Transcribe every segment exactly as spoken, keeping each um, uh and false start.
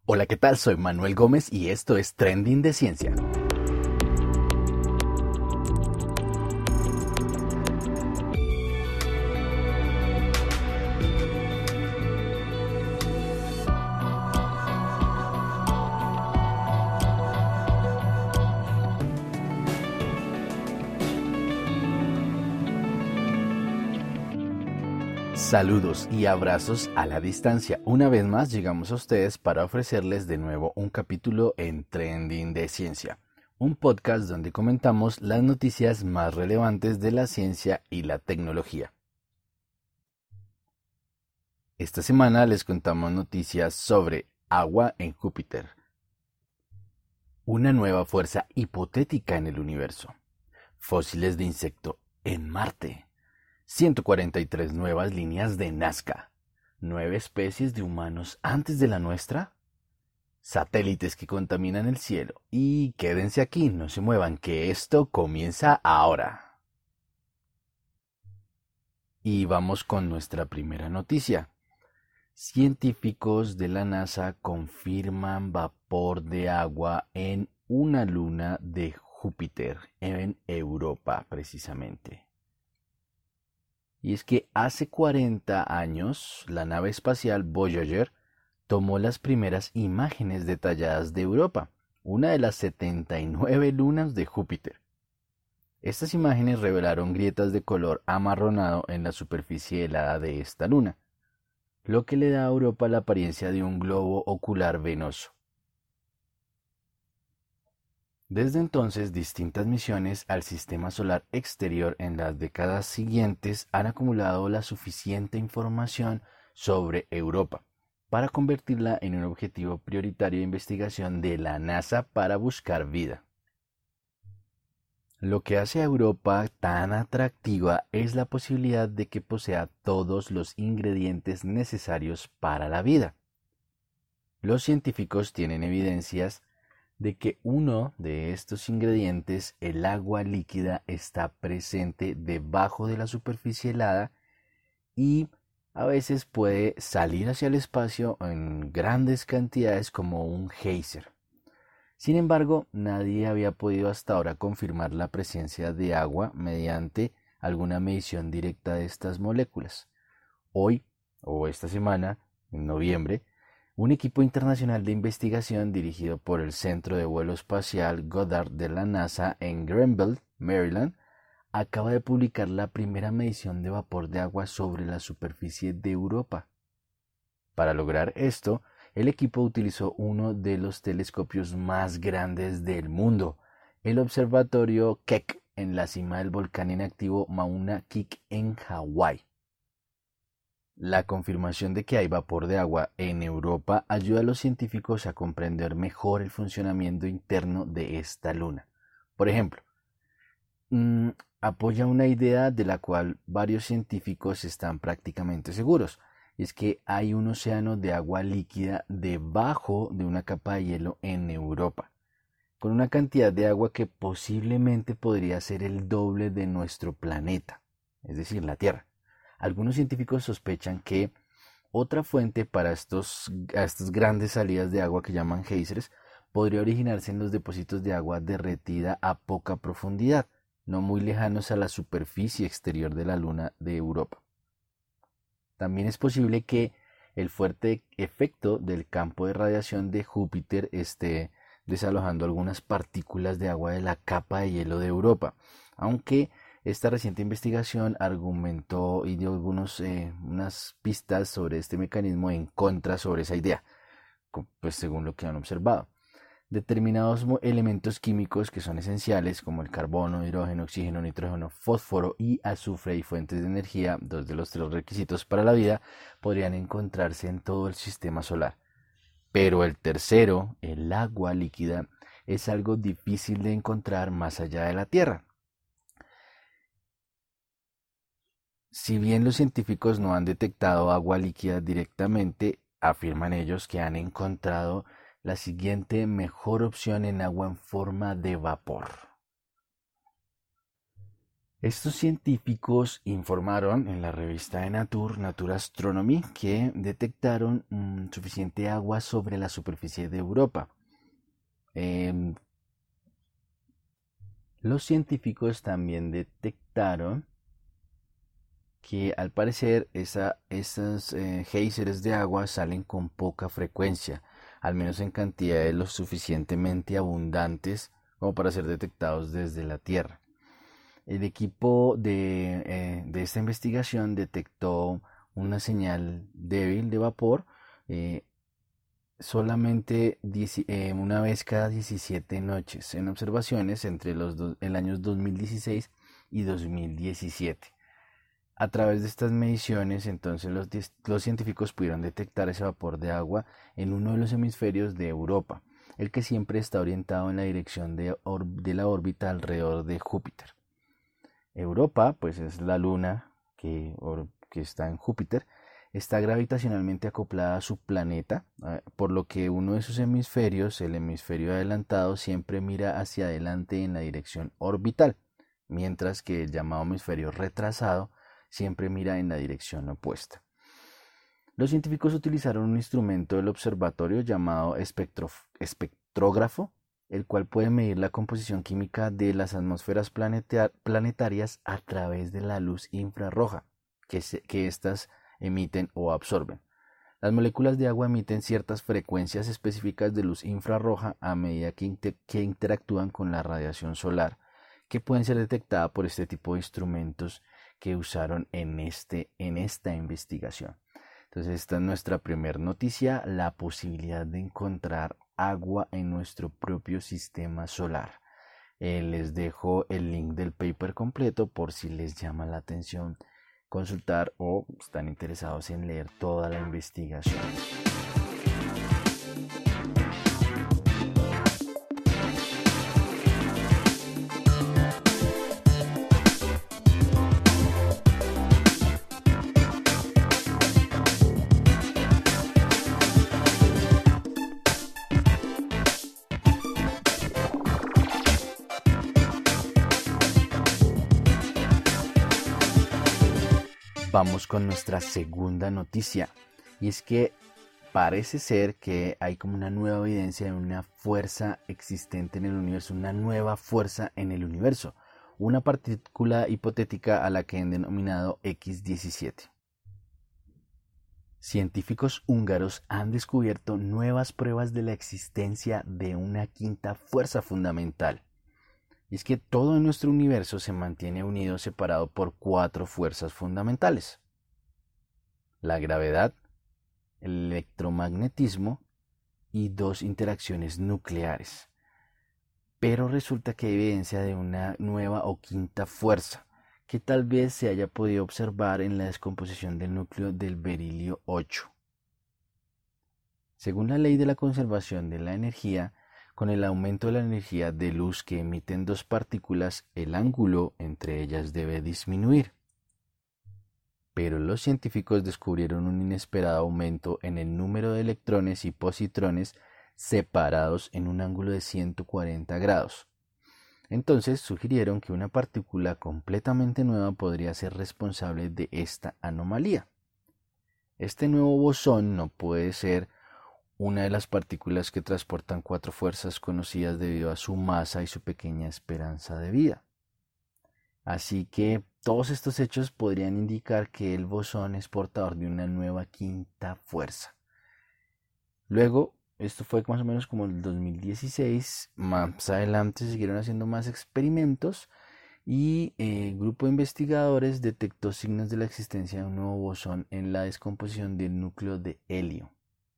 Hola, ¿qué tal? Soy Manuel Gómez y esto es Trending de Ciencia. Saludos y abrazos a la distancia. Una vez más llegamos a ustedes para ofrecerles de nuevo un capítulo en Trending de Ciencia, un podcast donde comentamos las noticias más relevantes de la ciencia y la tecnología. Esta semana les contamos noticias sobre agua en Júpiter, una nueva fuerza hipotética en el universo, fósiles de insecto en Marte, ciento cuarenta y tres nuevas líneas de Nazca, nueve especies de humanos antes de la nuestra, satélites que contaminan el cielo. Y quédense aquí, no se muevan, que esto comienza ahora. Y vamos con nuestra primera noticia. Científicos de la NASA confirman vapor de agua en una luna de Júpiter, en Europa precisamente. Y es que hace cuarenta años la nave espacial Voyager tomó las primeras imágenes detalladas de Europa, una de las setenta y nueve lunas de Júpiter. Estas imágenes revelaron grietas de color amarronado en la superficie helada de esta luna, lo que le da a Europa la apariencia de un globo ocular venoso. Desde entonces, distintas misiones al sistema solar exterior en las décadas siguientes han acumulado la suficiente información sobre Europa para convertirla en un objetivo prioritario de investigación de la NASA para buscar vida. Lo que hace a Europa tan atractiva es la posibilidad de que posea todos los ingredientes necesarios para la vida. Los científicos tienen evidencias de que uno de estos ingredientes, el agua líquida, está presente debajo de la superficie helada y a veces puede salir hacia el espacio en grandes cantidades como un geyser. Sin embargo, nadie había podido hasta ahora confirmar la presencia de agua mediante alguna medición directa de estas moléculas. Hoy, o esta semana, en noviembre, un equipo internacional de investigación dirigido por el Centro de Vuelo Espacial Goddard de la NASA en Greenville, Maryland, acaba de publicar la primera medición de vapor de agua sobre la superficie de Europa. Para lograr esto, el equipo utilizó uno de los telescopios más grandes del mundo, el observatorio Keck, en la cima del volcán inactivo Mauna Kea en Hawái. La confirmación de que hay vapor de agua en Europa ayuda a los científicos a comprender mejor el funcionamiento interno de esta luna. Por ejemplo, mmm, apoya una idea de la cual varios científicos están prácticamente seguros, y es que hay un océano de agua líquida debajo de una capa de hielo en Europa, con una cantidad de agua que posiblemente podría ser el doble de nuestro planeta, es decir, la Tierra. Algunos científicos sospechan que otra fuente para estos, estas grandes salidas de agua que llaman geysers podría originarse en los depósitos de agua derretida a poca profundidad, no muy lejanos a la superficie exterior de la luna de Europa. También es posible que el fuerte efecto del campo de radiación de Júpiter esté desalojando algunas partículas de agua de la capa de hielo de Europa, aunque esta reciente investigación argumentó y dio algunos, eh, unas pistas sobre este mecanismo en contra sobre esa idea, pues según lo que han observado. Determinados elementos químicos que son esenciales, como el carbono, hidrógeno, oxígeno, nitrógeno, fósforo y azufre y fuentes de energía, dos de los tres requisitos para la vida, podrían encontrarse en todo el sistema solar. Pero el tercero, el agua líquida, es algo difícil de encontrar más allá de la Tierra. Si bien los científicos no han detectado agua líquida directamente, afirman ellos que han encontrado la siguiente mejor opción en agua en forma de vapor. Estos científicos informaron en la revista de Nature, Nature Astronomy, que detectaron mm, suficiente agua sobre la superficie de Europa. Eh, los científicos también detectaron que al parecer esa, esas eh, géiseres de agua salen con poca frecuencia, al menos en cantidades lo suficientemente abundantes como para ser detectados desde la Tierra. El equipo de, eh, de esta investigación detectó una señal débil de vapor eh, solamente eh, una vez cada diecisiete noches en observaciones entre los do, el años dos mil dieciséis y dos mil diecisiete. A través de estas mediciones, entonces los, los científicos pudieron detectar ese vapor de agua en uno de los hemisferios de Europa, el que siempre está orientado en la dirección de, de la órbita alrededor de Júpiter. Europa, pues es la luna que, or, que está en Júpiter, está gravitacionalmente acoplada a su planeta, eh, por lo que uno de sus hemisferios, el hemisferio adelantado, siempre mira hacia adelante en la dirección orbital, mientras que el llamado hemisferio retrasado siempre mira en la dirección opuesta. Los científicos utilizaron un instrumento del observatorio llamado espectro, espectrógrafo, el cual puede medir la composición química de las atmósferas planetar, planetarias a través de la luz infrarroja que, se, que éstas emiten o absorben. Las moléculas de agua emiten ciertas frecuencias específicas de luz infrarroja a medida que, inter, que interactúan con la radiación solar, que pueden ser detectadas por este tipo de instrumentos que usaron en, este, en esta investigación. Entonces esta es nuestra primera noticia, la posibilidad de encontrar agua en nuestro propio sistema solar. Eh, les dejo el link del paper completo por si les llama la atención consultar o están interesados en leer toda la investigación. Vamos con nuestra segunda noticia, y es que parece ser que hay como una nueva evidencia de una fuerza existente en el universo, una nueva fuerza en el universo, una partícula hipotética a la que han denominado equis diecisiete. Científicos húngaros han descubierto nuevas pruebas de la existencia de una quinta fuerza fundamental. Y es que todo en nuestro universo se mantiene unido separado por cuatro fuerzas fundamentales: la gravedad, el electromagnetismo y dos interacciones nucleares. Pero resulta que hay evidencia de una nueva o quinta fuerza, que tal vez se haya podido observar en la descomposición del núcleo del berilio ocho. Según la ley de la conservación de la energía, con el aumento de la energía de luz que emiten dos partículas, el ángulo entre ellas debe disminuir. Pero los científicos descubrieron un inesperado aumento en el número de electrones y positrones separados en un ángulo de ciento cuarenta grados. Entonces sugirieron que una partícula completamente nueva podría ser responsable de esta anomalía. Este nuevo bosón no puede ser una de las partículas que transportan cuatro fuerzas conocidas debido a su masa y su pequeña esperanza de vida. Así que todos estos hechos podrían indicar que el bosón es portador de una nueva quinta fuerza. Luego, esto fue más o menos como el dos mil dieciséis, más adelante se siguieron haciendo más experimentos y eh, el grupo de investigadores detectó signos de la existencia de un nuevo bosón en la descomposición del núcleo de helio.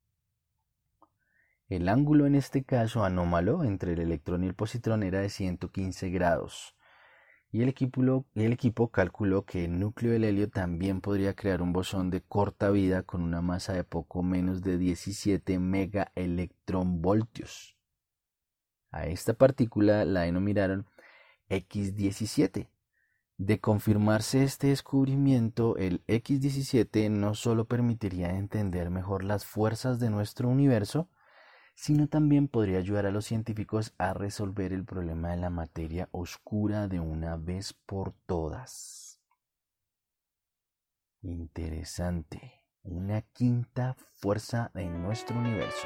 El ángulo en este caso anómalo entre el electrón y el positrón era de ciento quince grados, y el equipo, el equipo calculó que el núcleo del helio también podría crear un bosón de corta vida con una masa de poco menos de diecisiete megaelectronvoltios. A esta partícula la denominaron equis diecisiete. De confirmarse este descubrimiento, el equis diecisiete no solo permitiría entender mejor las fuerzas de nuestro universo, sino también podría ayudar a los científicos a resolver el problema de la materia oscura de una vez por todas. Interesante. Una quinta fuerza en nuestro universo.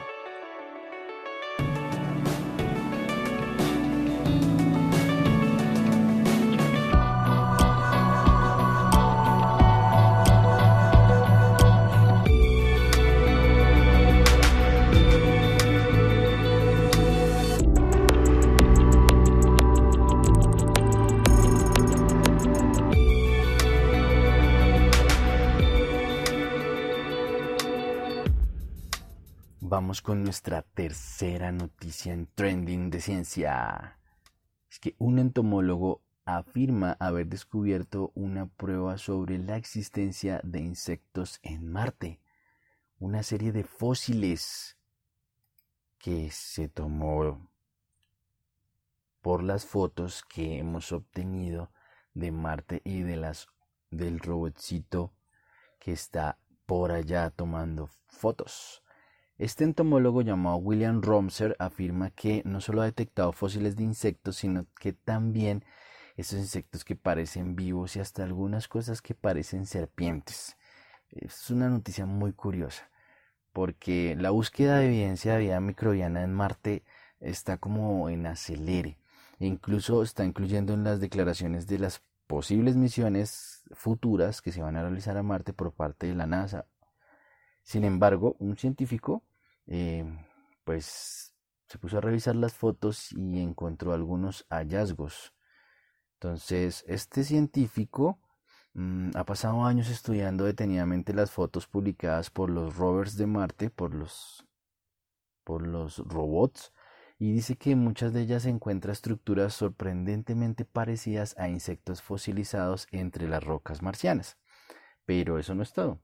Vamos con nuestra tercera noticia en Trending de ciencia. Es que un entomólogo afirma haber descubierto una prueba sobre la existencia de insectos en Marte. Una serie de fósiles que se tomó por las fotos que hemos obtenido de Marte y de las, del robotcito que está por allá tomando fotos. Este entomólogo llamado William Romser afirma que no solo ha detectado fósiles de insectos, sino que también esos insectos que parecen vivos y hasta algunas cosas que parecen serpientes. Es una noticia muy curiosa, porque la búsqueda de evidencia de vida microbiana en Marte está como en acelere. E incluso está incluyendo en las declaraciones de las posibles misiones futuras que se van a realizar a Marte por parte de la NASA. Sin embargo, un científico eh, pues se puso a revisar las fotos y encontró algunos hallazgos. Entonces, este científico mmm, ha pasado años estudiando detenidamente las fotos publicadas por los rovers de Marte, por los, por los robots, y dice que en muchas de ellas se encuentran estructuras sorprendentemente parecidas a insectos fosilizados entre las rocas marcianas. Pero eso no es todo.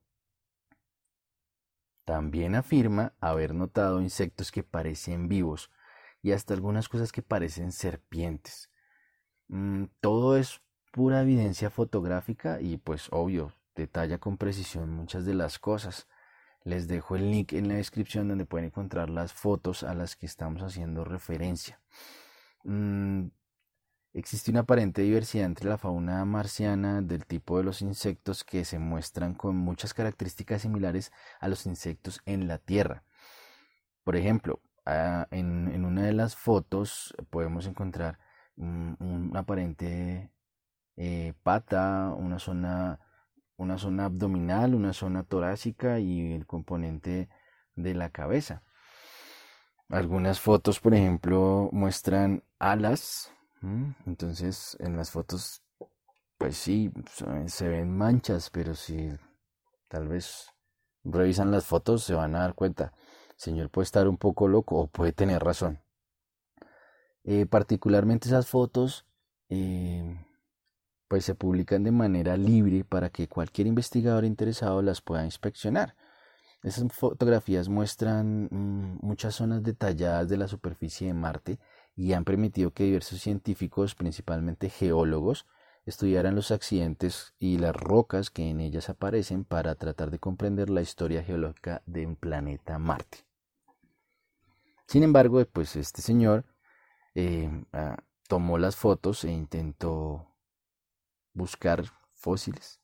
También afirma haber notado insectos que parecen vivos y hasta algunas cosas que parecen serpientes. Mm, todo es pura evidencia fotográfica y pues obvio, detalla con precisión muchas de las cosas. Les dejo el link en la descripción donde pueden encontrar las fotos a las que estamos haciendo referencia. Mm, Existe una aparente diversidad entre la fauna marciana del tipo de los insectos que se muestran con muchas características similares a los insectos en la Tierra. Por ejemplo, en, en una de las fotos podemos encontrar un, un aparente eh, pata, una zona, una zona abdominal, una zona torácica y el componente de la cabeza. Algunas fotos, por ejemplo, muestran alas. Entonces en las fotos pues sí se ven manchas, pero si tal vez revisan las fotos se van a dar cuenta, el señor puede estar un poco loco o puede tener razón. Eh, particularmente esas fotos eh, pues se publican de manera libre para que cualquier investigador interesado las pueda inspeccionar. Esas fotografías muestran mmm, muchas zonas detalladas de la superficie de Marte y han permitido que diversos científicos, principalmente geólogos, estudiaran los accidentes y las rocas que en ellas aparecen para tratar de comprender la historia geológica del planeta Marte. Sin embargo, pues este señor eh, ah, tomó las fotos e intentó buscar fósiles.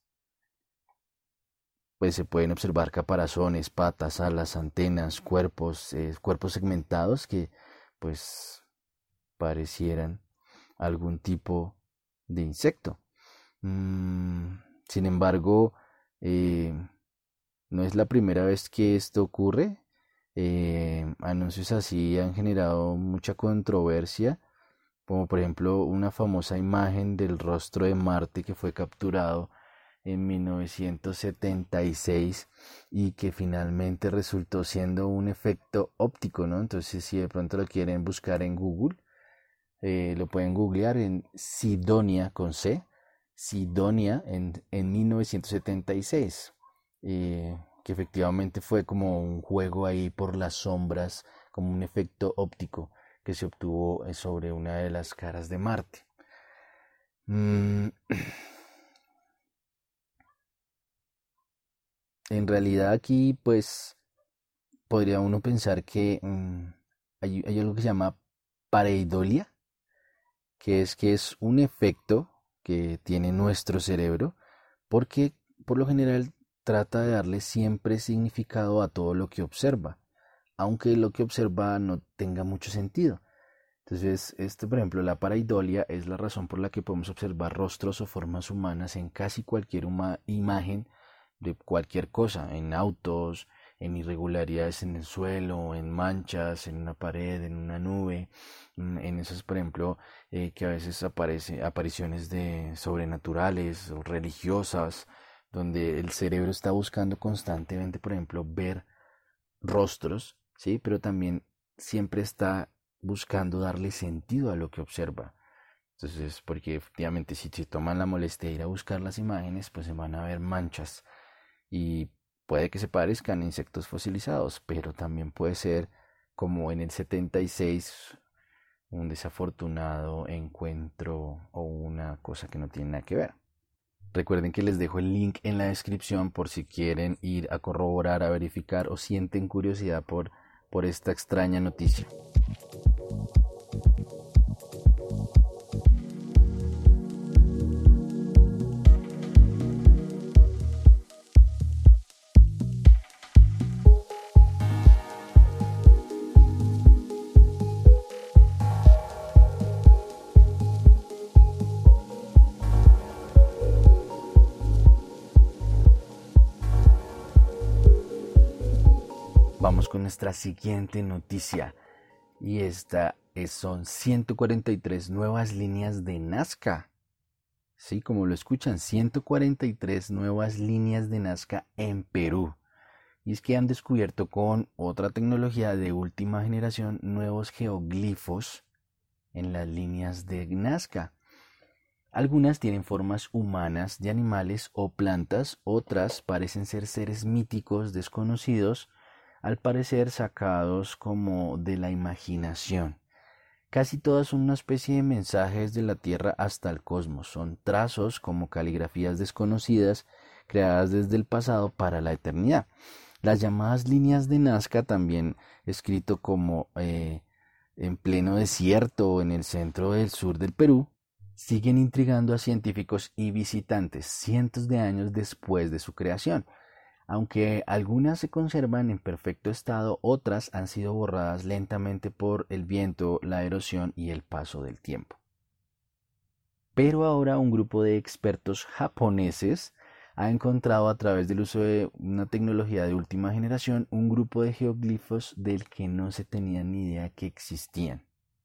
Pues se pueden observar caparazones, patas, alas, antenas, cuerpos, eh, cuerpos segmentados que pues parecieran algún tipo de insecto. Mm, sin embargo, eh, no es la primera vez que esto ocurre. Eh, anuncios así han generado mucha controversia, como por ejemplo una famosa imagen del rostro de Marte que fue capturado en mil novecientos setenta y seis y que finalmente resultó siendo un efecto óptico, ¿no? Entonces si de pronto lo quieren buscar en Google, eh, lo pueden googlear en Sidonia con C, Sidonia en, en mil novecientos setenta y seis, eh, que efectivamente fue como un juego ahí por las sombras, como un efecto óptico que se obtuvo sobre una de las caras de Marte. Mm. En realidad aquí pues podría uno pensar que mmm, hay, hay algo que se llama pareidolia, que es que es un efecto que tiene nuestro cerebro, porque por lo general trata de darle siempre significado a todo lo que observa, aunque lo que observa no tenga mucho sentido. Entonces, este, por ejemplo, la pareidolia es la razón por la que podemos observar rostros o formas humanas en casi cualquier imagen de cualquier cosa, en autos, en irregularidades en el suelo, en manchas, en una pared, en una nube, en esas, por ejemplo, eh, que a veces aparece apariciones de sobrenaturales o religiosas, donde el cerebro está buscando constantemente, por ejemplo, ver rostros, ¿sí? Pero también siempre está buscando darle sentido a lo que observa. Entonces, porque efectivamente si se toman la molestia de ir a buscar las imágenes, pues se van a ver manchas y puede que se parezcan a insectos fosilizados, pero también puede ser como en el setenta y seis un desafortunado encuentro o una cosa que no tiene nada que ver. Recuerden que les dejo el link en la descripción por si quieren ir a corroborar, a verificar o sienten curiosidad por, por esta extraña noticia. Vamos con nuestra siguiente noticia y esta es, son ciento cuarenta y tres nuevas líneas de Nazca. Sí, como lo escuchan, ciento cuarenta y tres nuevas líneas de Nazca en Perú. Y es que han descubierto con otra tecnología de última generación nuevos geoglifos en las líneas de Nazca. Algunas tienen formas humanas de animales o plantas, otras parecen ser seres míticos desconocidos, al parecer sacados como de la imaginación. Casi todas son una especie de mensajes de la Tierra hasta el cosmos. Son trazos como caligrafías desconocidas creadas desde el pasado para la eternidad. Las llamadas líneas de Nazca, también escrito como eh, en pleno desierto en el centro del sur del Perú, siguen intrigando a científicos y visitantes cientos de años después de su creación. Aunque algunas se conservan en perfecto estado, otras han sido borradas lentamente por el viento, la erosión y el paso del tiempo. Pero ahora un grupo de expertos japoneses ha encontrado a través del uso de una tecnología de última generación un grupo de geoglifos del que no se tenía ni idea que existían.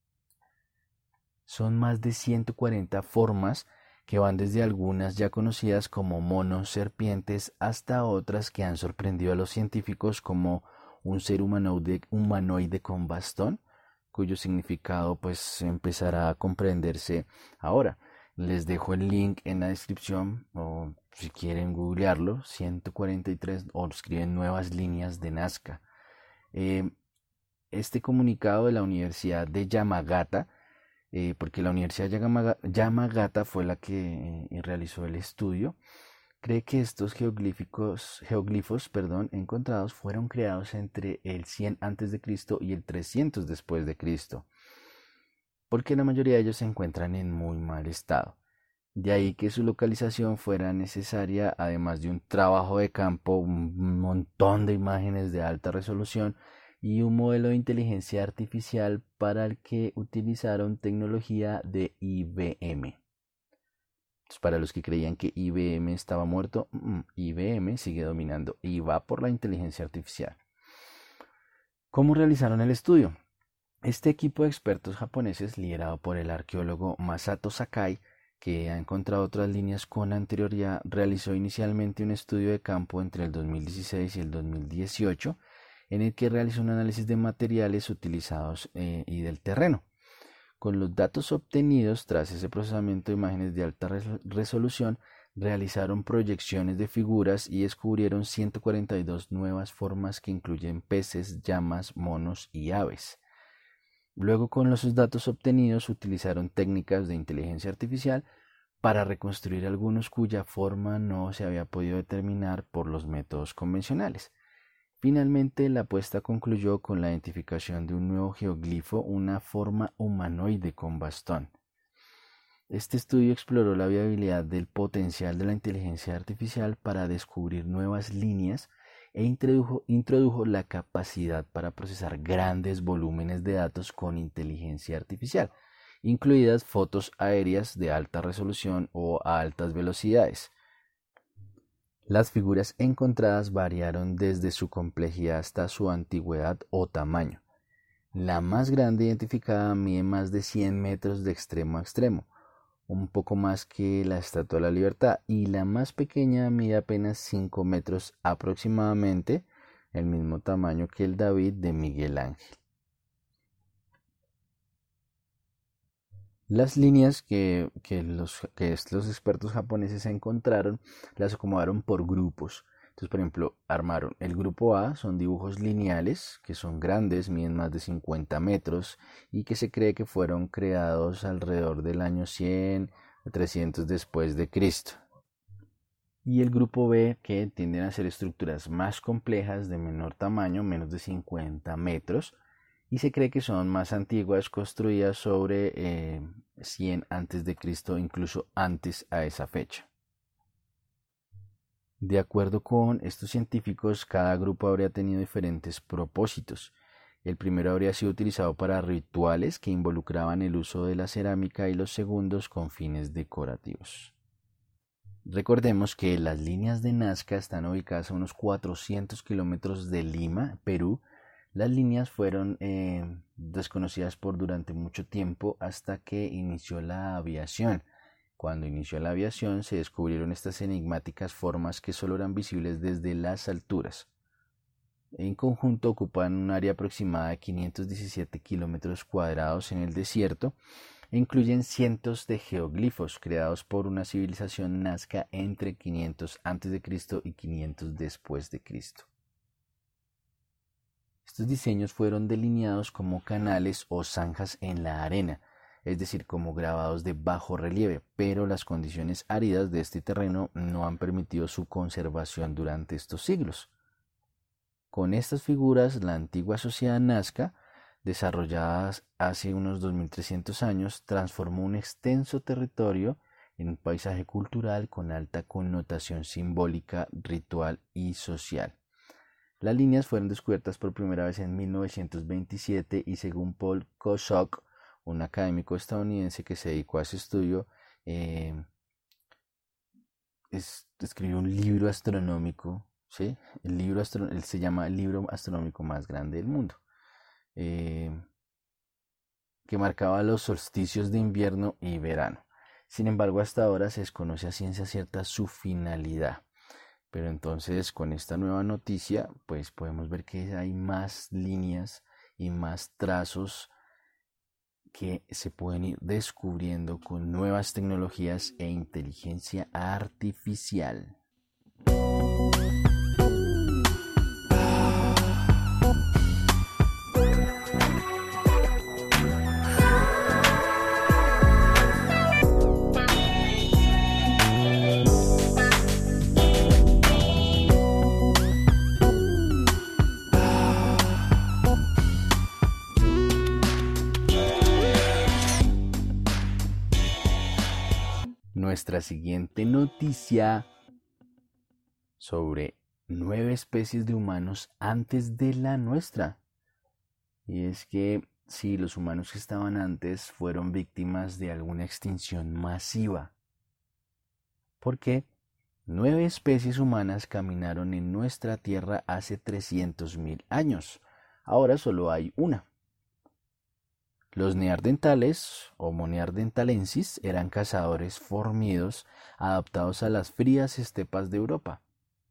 Son más de ciento cuarenta formas que van desde algunas ya conocidas como monos, serpientes, hasta otras que han sorprendido a los científicos como un ser humanoide, humanoide con bastón, cuyo significado pues empezará a comprenderse ahora. Les dejo el link en la descripción o si quieren googlearlo, ciento cuarenta y tres o escriben nuevas líneas de Nazca. Eh, este comunicado de la Universidad de Yamagata, Eh, porque la Universidad de Yamagata fue la que eh, realizó el estudio, cree que estos geoglíficos, geoglifos perdón, encontrados fueron creados entre el cien antes de Cristo y el trescientos después de Cristo, porque la mayoría de ellos se encuentran en muy mal estado. De ahí que su localización fuera necesaria, además de un trabajo de campo, un montón de imágenes de alta resolución y un modelo de inteligencia artificial para el que utilizaron tecnología de I B M. Entonces, para los que creían que I B M estaba muerto, I B M sigue dominando y va por la inteligencia artificial. ¿Cómo realizaron el estudio? Este equipo de expertos japoneses, liderado por el arqueólogo Masato Sakai, que ha encontrado otras líneas con anterioridad, realizó inicialmente un estudio de campo entre el dos mil dieciséis y el dos mil dieciocho, en el que realizó un análisis de materiales utilizados eh, y del terreno. Con los datos obtenidos tras ese procesamiento de imágenes de alta res resolución, realizaron proyecciones de figuras y descubrieron ciento cuarenta y dos nuevas formas que incluyen peces, llamas, monos y aves. Luego, con los datos obtenidos, utilizaron técnicas de inteligencia artificial para reconstruir algunos cuya forma no se había podido determinar por los métodos convencionales. Finalmente, la apuesta concluyó con la identificación de un nuevo geoglifo, una forma humanoide con bastón. Este estudio exploró la viabilidad del potencial de la inteligencia artificial para descubrir nuevas líneas e introdujo, introdujo la capacidad para procesar grandes volúmenes de datos con inteligencia artificial, incluidas fotos aéreas de alta resolución o a altas velocidades. Las figuras encontradas variaron desde su complejidad hasta su antigüedad o tamaño. La más grande identificada mide más de cien metros de extremo a extremo, un poco más que la Estatua de la Libertad, y la más pequeña mide apenas cinco metros aproximadamente, el mismo tamaño que el David de Miguel Ángel. Las líneas que, que, los, que los expertos japoneses encontraron las acomodaron por grupos. Entonces, por ejemplo, armaron el grupo A, son dibujos lineales, que son grandes, miden más de cincuenta metros y que se cree que fueron creados alrededor del año cien o trescientos después de Cristo. Y el grupo B, que tienden a ser estructuras más complejas, de menor tamaño, menos de cincuenta metros, y se cree que son más antiguas, construidas sobre eh, cien antes de Cristo, incluso antes a esa fecha. De acuerdo con estos científicos, cada grupo habría tenido diferentes propósitos. El primero habría sido utilizado para rituales que involucraban el uso de la cerámica y los segundos con fines decorativos. Recordemos que las líneas de Nazca están ubicadas a unos cuatrocientos kilómetros de Lima, Perú. Las líneas fueron eh, desconocidas por durante mucho tiempo hasta que inició la aviación. Cuando inició la aviación se descubrieron estas enigmáticas formas que solo eran visibles desde las alturas. En conjunto ocupan un área aproximada de quinientos diecisiete kilómetros cuadrados en el desierto e incluyen cientos de geoglifos creados por una civilización nazca entre quinientos antes de Cristo y quinientos después de Cristo. Estos diseños fueron delineados como canales o zanjas en la arena, es decir, como grabados de bajo relieve, pero las condiciones áridas de este terreno no han permitido su conservación durante estos siglos. Con estas figuras, la antigua sociedad nazca, desarrollada hace unos dos mil trescientos años, transformó un extenso territorio en un paisaje cultural con alta connotación simbólica, ritual y social. Las líneas fueron descubiertas por primera vez en mil novecientos veintisiete y según Paul Kosok, un académico estadounidense que se dedicó a ese estudio, eh, es, escribió un libro astronómico, ¿sí? El libro astro, él se llama el libro astronómico más grande del mundo, eh, que marcaba los solsticios de invierno y verano. Sin embargo, hasta ahora se desconoce a ciencia cierta su finalidad. Pero entonces con esta nueva noticia pues podemos ver que hay más líneas y más trazos que se pueden ir descubriendo con nuevas tecnologías e inteligencia artificial. Nuestra siguiente noticia sobre nueve especies de humanos antes de la nuestra. Y es que si los humanos que estaban antes fueron víctimas de alguna extinción masiva. Porque nueve especies humanas caminaron en nuestra Tierra hace trescientos mil años. Ahora solo hay una. Los neandertales, Homo neanderthalensis, eran cazadores formidos adaptados a las frías estepas de Europa.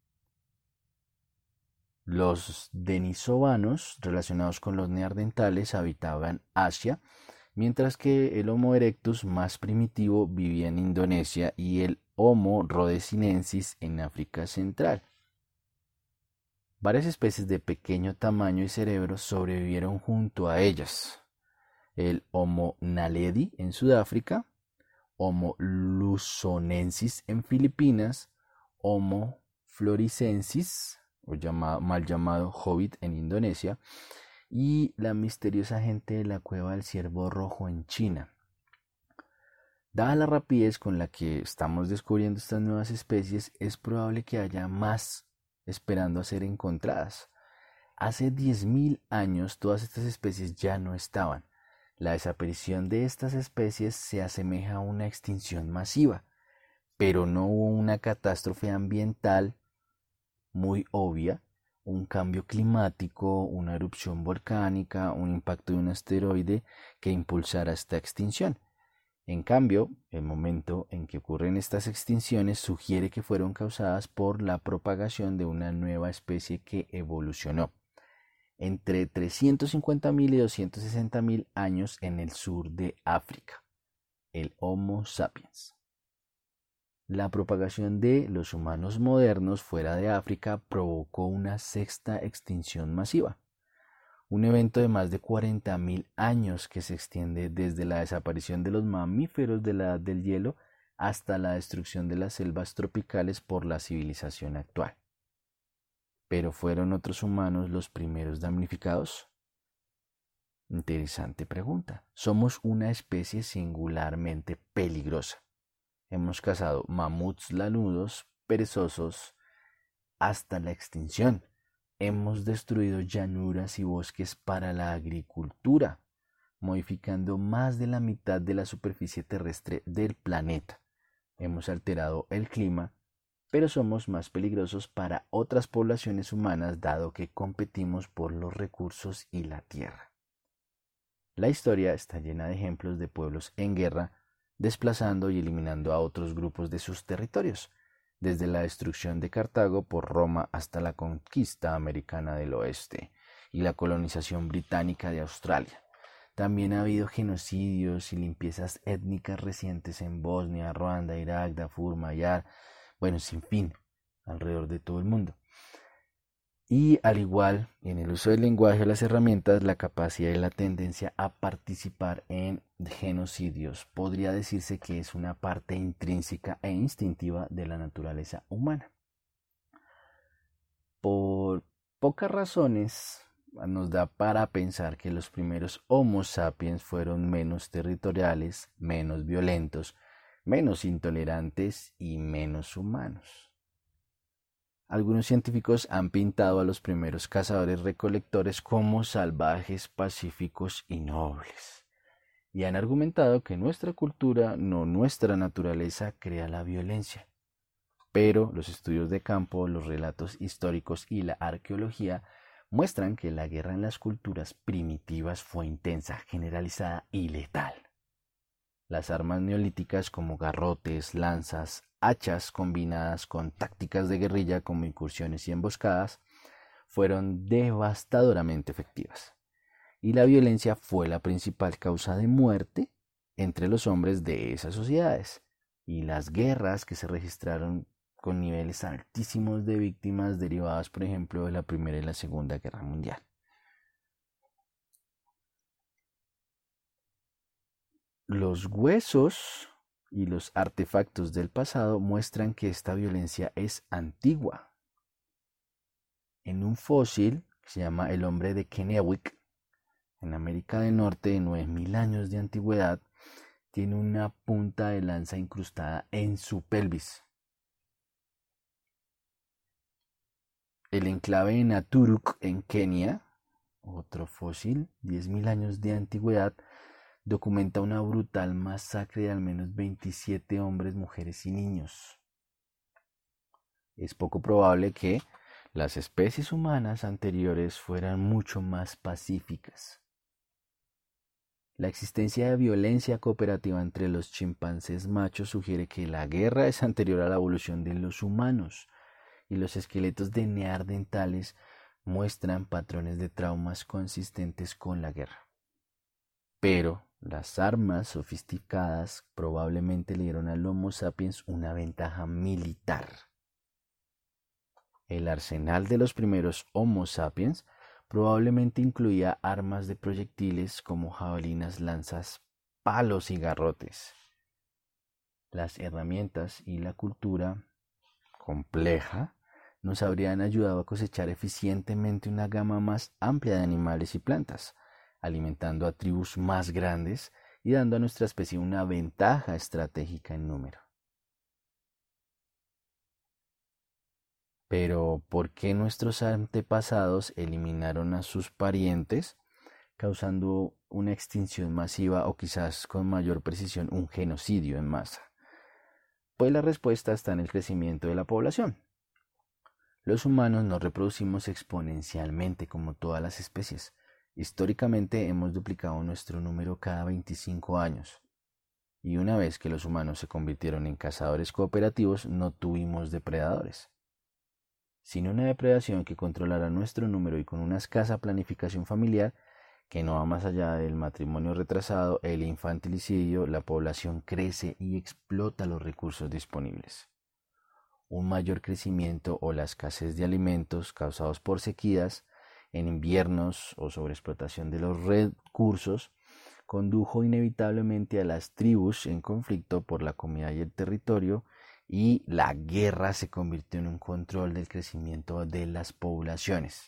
Los denisovanos, relacionados con los neandertales, habitaban Asia, mientras que el Homo erectus más primitivo vivía en Indonesia y el Homo rhodesinensis en África Central. Varias especies de pequeño tamaño y cerebro sobrevivieron junto a ellas. El Homo naledi en Sudáfrica, Homo luzonensis en Filipinas, Homo floresiensis o llama, mal llamado Hobbit en Indonesia, y la misteriosa gente de la cueva del ciervo rojo en China. Dada la rapidez con la que estamos descubriendo estas nuevas especies, es probable que haya más esperando a ser encontradas. Hace diez mil años todas estas especies ya no estaban. La desaparición de estas especies se asemeja a una extinción masiva, pero no hubo una catástrofe ambiental muy obvia, un cambio climático, una erupción volcánica, un impacto de un asteroide que impulsara esta extinción. En cambio, el momento en que ocurren estas extinciones sugiere que fueron causadas por la propagación de una nueva especie que evolucionó entre trescientos cincuenta mil y doscientos sesenta mil años en el sur de África, el Homo sapiens. La propagación de los humanos modernos fuera de África provocó una sexta extinción masiva, un evento de más de cuarenta mil años que se extiende desde la desaparición de los mamíferos de la edad del hielo hasta la destrucción de las selvas tropicales por la civilización actual. ¿Pero fueron otros humanos los primeros damnificados? Interesante pregunta. Somos una especie singularmente peligrosa. Hemos cazado mamuts lanudos, perezosos, hasta la extinción. Hemos destruido llanuras y bosques para la agricultura, modificando más de la mitad de la superficie terrestre del planeta. Hemos alterado el clima, pero somos más peligrosos para otras poblaciones humanas dado que competimos por los recursos y la tierra. La historia está llena de ejemplos de pueblos en guerra, desplazando y eliminando a otros grupos de sus territorios, desde la destrucción de Cartago por Roma hasta la conquista americana del oeste y la colonización británica de Australia. También ha habido genocidios y limpiezas étnicas recientes en Bosnia, Ruanda, Irak, Darfur, Mayar, bueno, sin fin, alrededor de todo el mundo. Y al igual en el uso del lenguaje o las herramientas, la capacidad y la tendencia a participar en genocidios podría decirse que es una parte intrínseca e instintiva de la naturaleza humana. Por pocas razones nos da para pensar que los primeros Homo sapiens fueron menos territoriales, menos violentos, menos intolerantes y menos humanos. Algunos científicos han pintado a los primeros cazadores-recolectores como salvajes, pacíficos y nobles, y han argumentado que nuestra cultura, no nuestra naturaleza, crea la violencia. Pero los estudios de campo, los relatos históricos y la arqueología muestran que la guerra en las culturas primitivas fue intensa, generalizada y letal. Las armas neolíticas como garrotes, lanzas, hachas combinadas con tácticas de guerrilla como incursiones y emboscadas fueron devastadoramente efectivas. Y la violencia fue la principal causa de muerte entre los hombres de esas sociedades. Y las guerras que se registraron con niveles altísimos de víctimas derivadas, por ejemplo, de la Primera y la Segunda Guerra Mundial. Los huesos y los artefactos del pasado muestran que esta violencia es antigua. En un fósil que se llama el hombre de Kennewick, en América del Norte, de nueve mil años de antigüedad, tiene una punta de lanza incrustada en su pelvis. El enclave de Naturuk en Kenia, otro fósil, diez mil años de antigüedad, documenta una brutal masacre de al menos veintisiete hombres, mujeres y niños. Es poco probable que las especies humanas anteriores fueran mucho más pacíficas. La existencia de violencia cooperativa entre los chimpancés machos sugiere que la guerra es anterior a la evolución de los humanos, y los esqueletos de neandertales muestran patrones de traumas consistentes con la guerra. Pero las armas sofisticadas probablemente le dieron al Homo sapiens una ventaja militar. El arsenal de los primeros Homo sapiens probablemente incluía armas de proyectiles como jabalinas, lanzas, palos y garrotes. Las herramientas y la cultura compleja nos habrían ayudado a cosechar eficientemente una gama más amplia de animales y plantas, alimentando a tribus más grandes y dando a nuestra especie una ventaja estratégica en número. Pero, ¿por qué nuestros antepasados eliminaron a sus parientes, causando una extinción masiva o quizás con mayor precisión un genocidio en masa? Pues la respuesta está en el crecimiento de la población. Los humanos nos reproducimos exponencialmente como todas las especies. Históricamente hemos duplicado nuestro número cada veinticinco años. Y una vez que los humanos se convirtieron en cazadores cooperativos, no tuvimos depredadores. Sin una depredación que controlara nuestro número y con una escasa planificación familiar, que no va más allá del matrimonio retrasado, el infanticidio, la población crece y explota los recursos disponibles. Un mayor crecimiento o la escasez de alimentos causados por sequías en inviernos o sobreexplotación de los recursos condujo inevitablemente a las tribus en conflicto por la comida y el territorio, y la guerra se convirtió en un control del crecimiento de las poblaciones.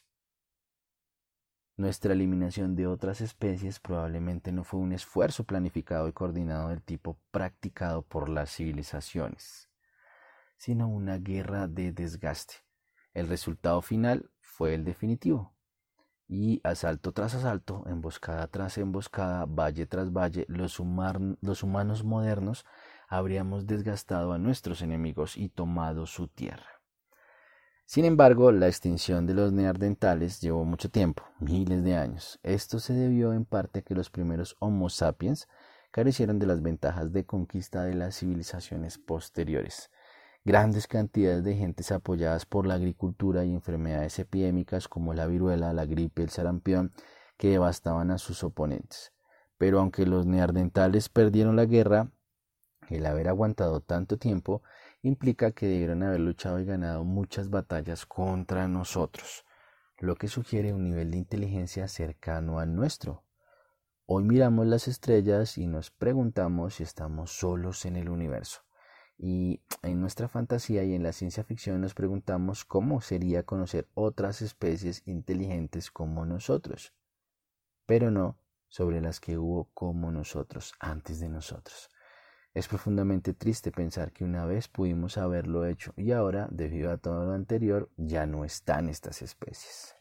Nuestra eliminación de otras especies probablemente no fue un esfuerzo planificado y coordinado del tipo practicado por las civilizaciones, sino una guerra de desgaste. El resultado final fue el definitivo. Y asalto tras asalto, emboscada tras emboscada, valle tras valle, los, humar- los humanos modernos habríamos desgastado a nuestros enemigos y tomado su tierra. Sin embargo, la extinción de los neandertales llevó mucho tiempo, miles de años. Esto se debió en parte a que los primeros Homo sapiens carecieron de las ventajas de conquista de las civilizaciones posteriores. Grandes cantidades de gentes apoyadas por la agricultura y enfermedades epidémicas como la viruela, la gripe, el sarampión, que devastaban a sus oponentes. Pero aunque los neandertales perdieron la guerra, el haber aguantado tanto tiempo implica que debieron haber luchado y ganado muchas batallas contra nosotros, lo que sugiere un nivel de inteligencia cercano al nuestro. Hoy miramos las estrellas y nos preguntamos si estamos solos en el universo. Y en nuestra fantasía y en la ciencia ficción nos preguntamos cómo sería conocer otras especies inteligentes como nosotros, pero no sobre las que hubo como nosotros, antes de nosotros. Es profundamente triste pensar que una vez pudimos haberlo hecho y ahora, debido a todo lo anterior, ya no están estas especies.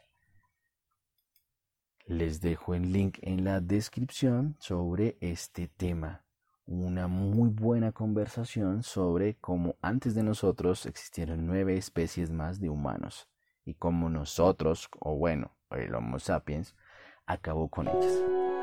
Les dejo el link en la descripción sobre este tema. Una muy buena conversación sobre cómo antes de nosotros existieron nueve especies más de humanos y cómo nosotros, o bueno, el Homo sapiens, acabó con ellas.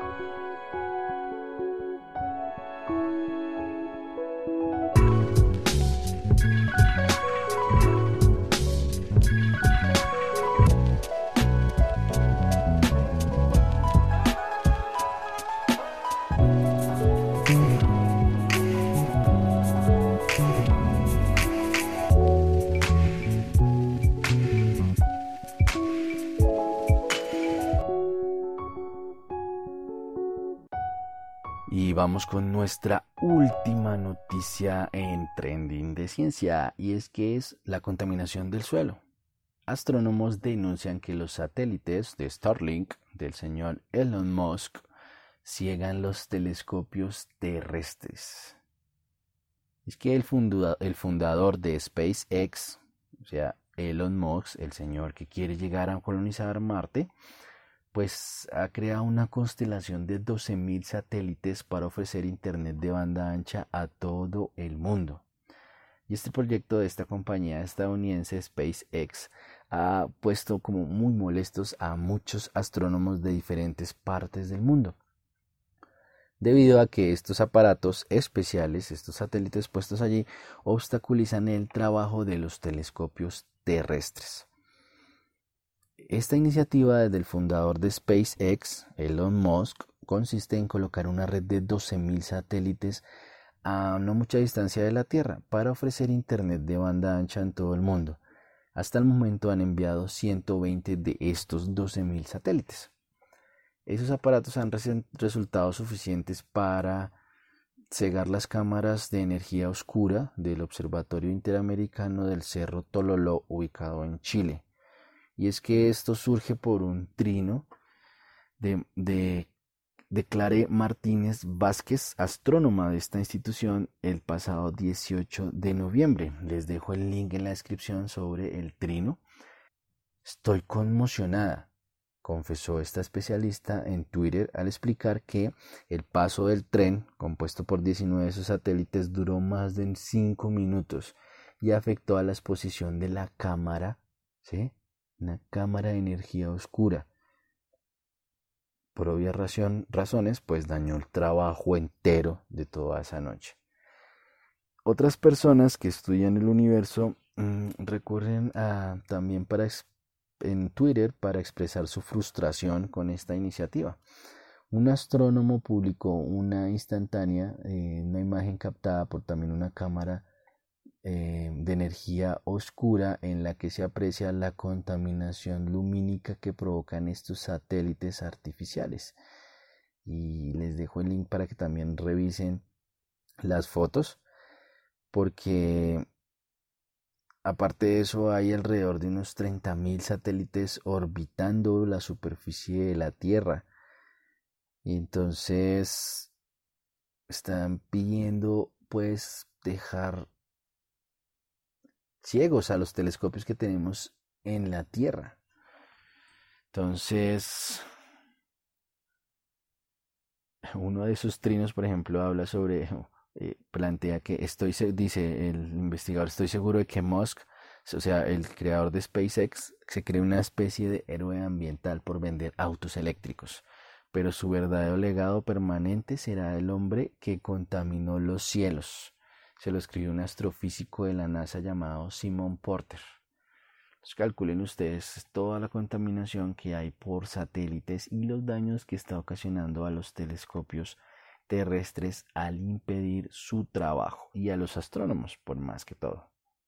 Y vamos con nuestra última noticia en Trending de Ciencia, y es que es la contaminación del suelo. Astrónomos denuncian que los satélites de Starlink del señor Elon Musk ciegan los telescopios terrestres. Es que el, fundador, el fundador de SpaceX, o sea, Elon Musk, el señor que quiere llegar a colonizar Marte, pues ha creado una constelación de doce mil satélites para ofrecer internet de banda ancha a todo el mundo. Y este proyecto de esta compañía estadounidense SpaceX ha puesto como muy molestos a muchos astrónomos de diferentes partes del mundo, debido a que estos aparatos especiales, estos satélites puestos allí, obstaculizan el trabajo de los telescopios terrestres. Esta iniciativa del fundador de SpaceX, Elon Musk, consiste en colocar una red de doce mil satélites a no mucha distancia de la Tierra para ofrecer internet de banda ancha en todo el mundo. Hasta el momento han enviado ciento veinte de estos doce mil satélites. Esos aparatos han resultado suficientes para cegar las cámaras de energía oscura del Observatorio Interamericano del Cerro Tololo, ubicado en Chile. Y es que esto surge por un trino de, de, de Clare Martínez Vázquez, astrónoma de esta institución, el pasado dieciocho de noviembre. Les dejo el link en la descripción sobre el trino. Estoy conmocionada, confesó esta especialista en Twitter al explicar que el paso del tren, compuesto por diecinueve de esos satélites, duró más de cinco minutos y afectó a la exposición de la cámara, ¿sí? Una cámara de energía oscura. Por obvias razón, razones, pues dañó el trabajo entero de toda esa noche. Otras personas que estudian el universo mmm, recurren a, también para en Twitter para expresar su frustración con esta iniciativa. Un astrónomo publicó una instantánea, eh, una imagen captada por también una cámara eh, de energía oscura en la que se aprecia la contaminación lumínica que provocan estos satélites artificiales. Y les dejo el link para que también revisen las fotos, porque aparte de eso hay alrededor de unos treinta mil satélites orbitando la superficie de la Tierra. Y entonces están pidiendo pues dejar ciegos a los telescopios que tenemos en la Tierra. Entonces, uno de esos trinos, por ejemplo, habla sobre... Eh, plantea que estoy, dice el investigador, estoy seguro de que Musk, o sea, el creador de SpaceX, se cree una especie de héroe ambiental por vender autos eléctricos, pero su verdadero legado permanente será el hombre que contaminó los cielos. Se lo escribió un astrofísico de la NASA llamado Simon Porter. Entonces, calculen ustedes toda la contaminación que hay por satélites y los daños que está ocasionando a los telescopios terrestres al impedir su trabajo, y a los astrónomos por más que todo.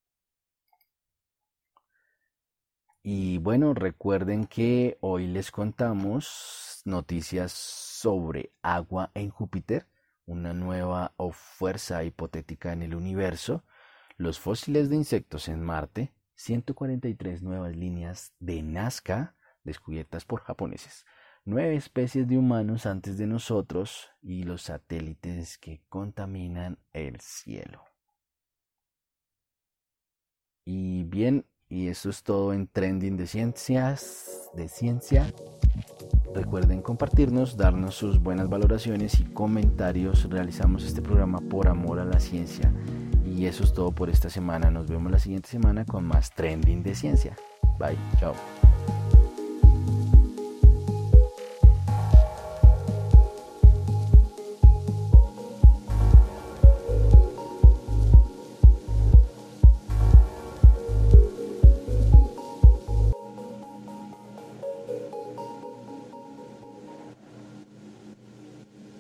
Y bueno, recuerden que hoy les contamos noticias sobre agua en Júpiter, una nueva o fuerza hipotética en el universo, los fósiles de insectos en Marte, ciento cuarenta y tres nuevas líneas de Nazca descubiertas por japoneses, nueve especies de humanos antes de nosotros y los satélites que contaminan el cielo. Y bien, y eso es todo en Trending de Ciencias, de Ciencia. Recuerden compartirnos, darnos sus buenas valoraciones y comentarios. Realizamos este programa por amor a la ciencia. Y eso es todo por esta semana. Nos vemos la siguiente semana con más Trending de Ciencia. Bye, chao.